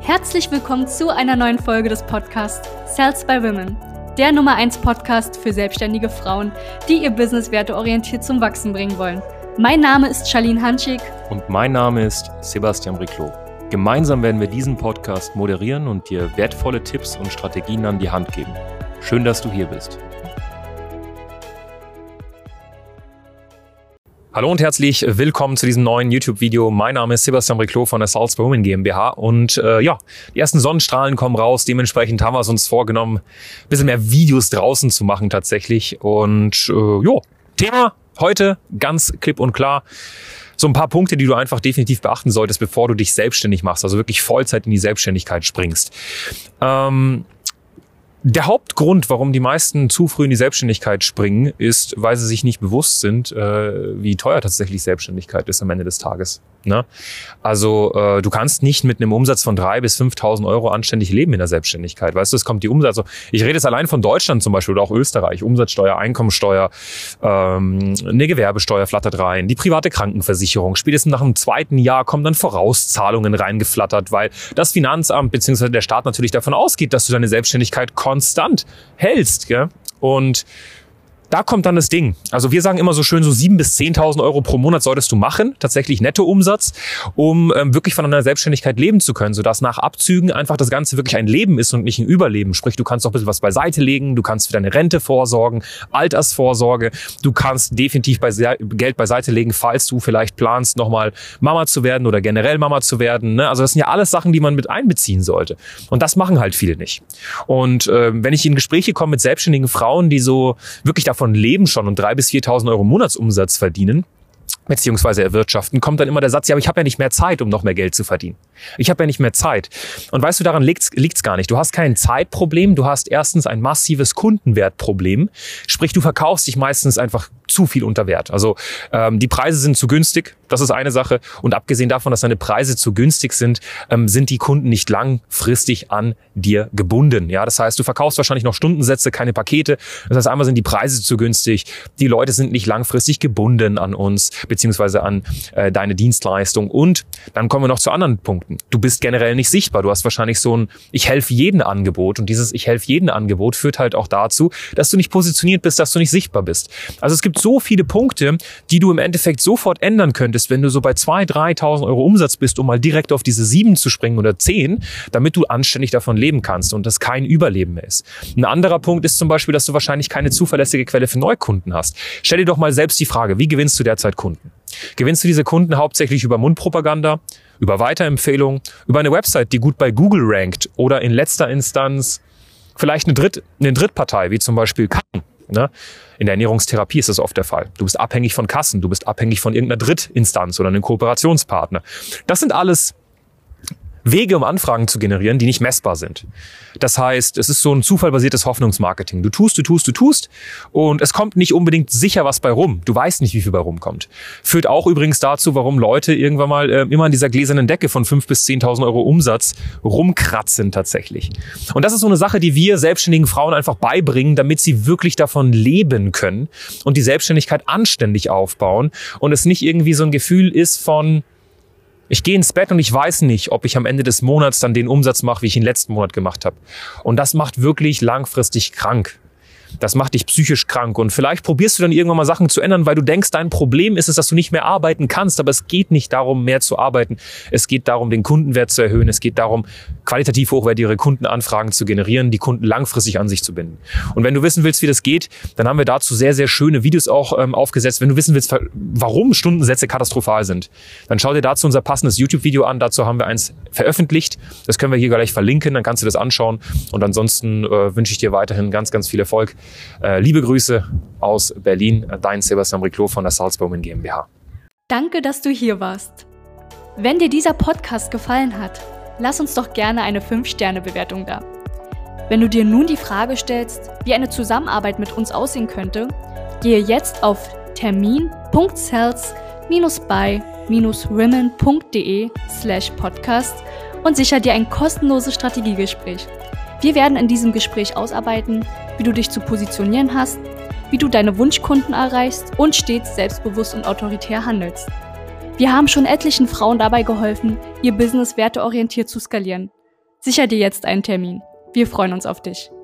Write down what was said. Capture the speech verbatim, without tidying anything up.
Herzlich willkommen zu einer neuen Folge des Podcasts Sales by Women, der Nummer eins Podcast für selbstständige Frauen, die ihr Business werteorientiert zum Wachsen bringen wollen. Mein Name ist Charlene Hanschig. Und mein Name ist Sebastian Briclot. Gemeinsam werden wir diesen Podcast moderieren und dir wertvolle Tipps und Strategien an die Hand geben. Schön, dass du hier bist. Hallo und herzlich willkommen zu diesem neuen YouTube-Video. Mein Name ist Sebastian Briclot von der Sales by Women GmbH und äh, ja, die ersten Sonnenstrahlen kommen raus. Dementsprechend haben wir es uns vorgenommen, ein bisschen mehr Videos draußen zu machen tatsächlich. Und äh, jo, Thema heute ganz klipp und klar. So ein paar Punkte, die du einfach definitiv beachten solltest, bevor du dich selbstständig machst, also wirklich Vollzeit in die Selbstständigkeit springst. Ähm, Der Hauptgrund, warum die meisten zu früh in die Selbstständigkeit springen, ist, weil sie sich nicht bewusst sind, äh, wie teuer tatsächlich Selbstständigkeit ist am Ende des Tages. Ne? Also äh, du kannst nicht mit einem Umsatz von dreitausend bis fünftausend Euro anständig leben in der Selbstständigkeit. Weißt du, es kommt die Umsatz. Also ich rede jetzt allein von Deutschland zum Beispiel oder auch Österreich. Umsatzsteuer, Einkommensteuer, ähm, eine Gewerbesteuer flattert rein, die private Krankenversicherung. Spätestens nach dem zweiten Jahr kommen dann Vorauszahlungen reingeflattert, weil das Finanzamt bzw. der Staat natürlich davon ausgeht, dass du deine Selbstständigkeit konstant hältst. Gell? Und da kommt dann das Ding. Also wir sagen immer so schön, so siebentausend bis zehntausend Euro pro Monat solltest du machen, tatsächlich Nettoumsatz, um ähm, wirklich von deiner Selbstständigkeit leben zu können, sodass nach Abzügen einfach das Ganze wirklich ein Leben ist und nicht ein Überleben. Sprich, du kannst auch ein bisschen was beiseite legen, du kannst für deine Rente vorsorgen, Altersvorsorge, du kannst definitiv bei Geld beiseite legen, falls du vielleicht planst, nochmal Mama zu werden oder generell Mama zu werden. Ne? Also das sind ja alles Sachen, die man mit einbeziehen sollte. Und das machen halt viele nicht. Und äh, wenn ich in Gespräche komme mit selbstständigen Frauen, die so wirklich davon leben schon und dreitausend bis viertausend Euro Monatsumsatz verdienen, beziehungsweise erwirtschaften, kommt dann immer der Satz, ja, aber ich habe ja nicht mehr Zeit, um noch mehr Geld zu verdienen. Ich habe ja nicht mehr Zeit. Und weißt du, daran liegt's liegt's gar nicht. Du hast kein Zeitproblem, du hast erstens ein massives Kundenwertproblem. Sprich, du verkaufst dich meistens einfach zu viel unter Wert. Also ähm, die Preise sind zu günstig, das ist eine Sache. Und abgesehen davon, dass deine Preise zu günstig sind, ähm, sind die Kunden nicht langfristig an dir gebunden. Ja, das heißt, du verkaufst wahrscheinlich noch Stundensätze, keine Pakete. Das heißt, einmal sind die Preise zu günstig, die Leute sind nicht langfristig gebunden an uns, beziehungsweise an äh, deine Dienstleistung. Und dann kommen wir noch zu anderen Punkten. Du bist generell nicht sichtbar. Du hast wahrscheinlich so ein Ich helfe jeden Angebot. Und dieses Ich helfe jeden Angebot führt halt auch dazu, dass du nicht positioniert bist, dass du nicht sichtbar bist. Also es gibt so viele Punkte, die du im Endeffekt sofort ändern könntest, wenn du so bei zweitausend, dreitausend Euro Umsatz bist, um mal direkt auf diese sieben zu springen oder zehn, damit du anständig davon leben kannst und das kein Überleben mehr ist. Ein anderer Punkt ist zum Beispiel, dass du wahrscheinlich keine zuverlässige Quelle für Neukunden hast. Stell dir doch mal selbst die Frage, wie gewinnst du derzeit Kunden? Gewinnst du diese Kunden hauptsächlich über Mundpropaganda, über Weiterempfehlungen, über eine Website, die gut bei Google rankt oder in letzter Instanz vielleicht eine, Dritt, eine Drittpartei, wie zum Beispiel Kassen? Ne? In der Ernährungstherapie ist das oft der Fall. Du bist abhängig von Kassen, du bist abhängig von irgendeiner Drittinstanz oder einem Kooperationspartner. Das sind alles Wege, um Anfragen zu generieren, die nicht messbar sind. Das heißt, es ist so ein zufallbasiertes Hoffnungsmarketing. Du tust, du tust, du tust und es kommt nicht unbedingt sicher was bei rum. Du weißt nicht, wie viel bei rumkommt. Führt auch übrigens dazu, warum Leute irgendwann mal äh, immer an dieser gläsernen Decke von fünftausend bis zehntausend Euro Umsatz rumkratzen tatsächlich. Und das ist so eine Sache, die wir selbstständigen Frauen einfach beibringen, damit sie wirklich davon leben können und die Selbstständigkeit anständig aufbauen und es nicht irgendwie so ein Gefühl ist von ich gehe ins Bett und ich weiß nicht, ob ich am Ende des Monats dann den Umsatz mache, wie ich ihn letzten Monat gemacht habe. Und das macht wirklich langfristig krank. Das macht dich psychisch krank und vielleicht probierst du dann irgendwann mal Sachen zu ändern, weil du denkst, dein Problem ist es, dass du nicht mehr arbeiten kannst, aber es geht nicht darum, mehr zu arbeiten. Es geht darum, den Kundenwert zu erhöhen. Es geht darum, qualitativ hochwertigere Kundenanfragen zu generieren, die Kunden langfristig an sich zu binden. Und wenn du wissen willst, wie das geht, dann haben wir dazu sehr, sehr schöne Videos auch ähm, aufgesetzt. Wenn du wissen willst, warum Stundensätze katastrophal sind, dann schau dir dazu unser passendes YouTube-Video an. Dazu haben wir eins veröffentlicht. Das können wir hier gleich verlinken, dann kannst du das anschauen. Und ansonsten äh, wünsche ich dir weiterhin ganz, ganz viel Erfolg. Äh, liebe Grüße aus Berlin, dein Sebastian Briclot von der Sales by Women GmbH. Danke, dass du hier warst. Wenn dir dieser Podcast gefallen hat, lass uns doch gerne eine fünf Sterne Bewertung da. Wenn du dir nun die Frage stellst, wie eine Zusammenarbeit mit uns aussehen könnte, gehe jetzt auf termin punkt sales by women punkt de slash podcast und sicher dir ein kostenloses Strategiegespräch. Wir werden in diesem Gespräch ausarbeiten, wie du dich zu positionieren hast, wie du deine Wunschkunden erreichst und stets selbstbewusst und autoritär handelst. Wir haben schon etlichen Frauen dabei geholfen, ihr Business werteorientiert zu skalieren. Sicher dir jetzt einen Termin. Wir freuen uns auf dich.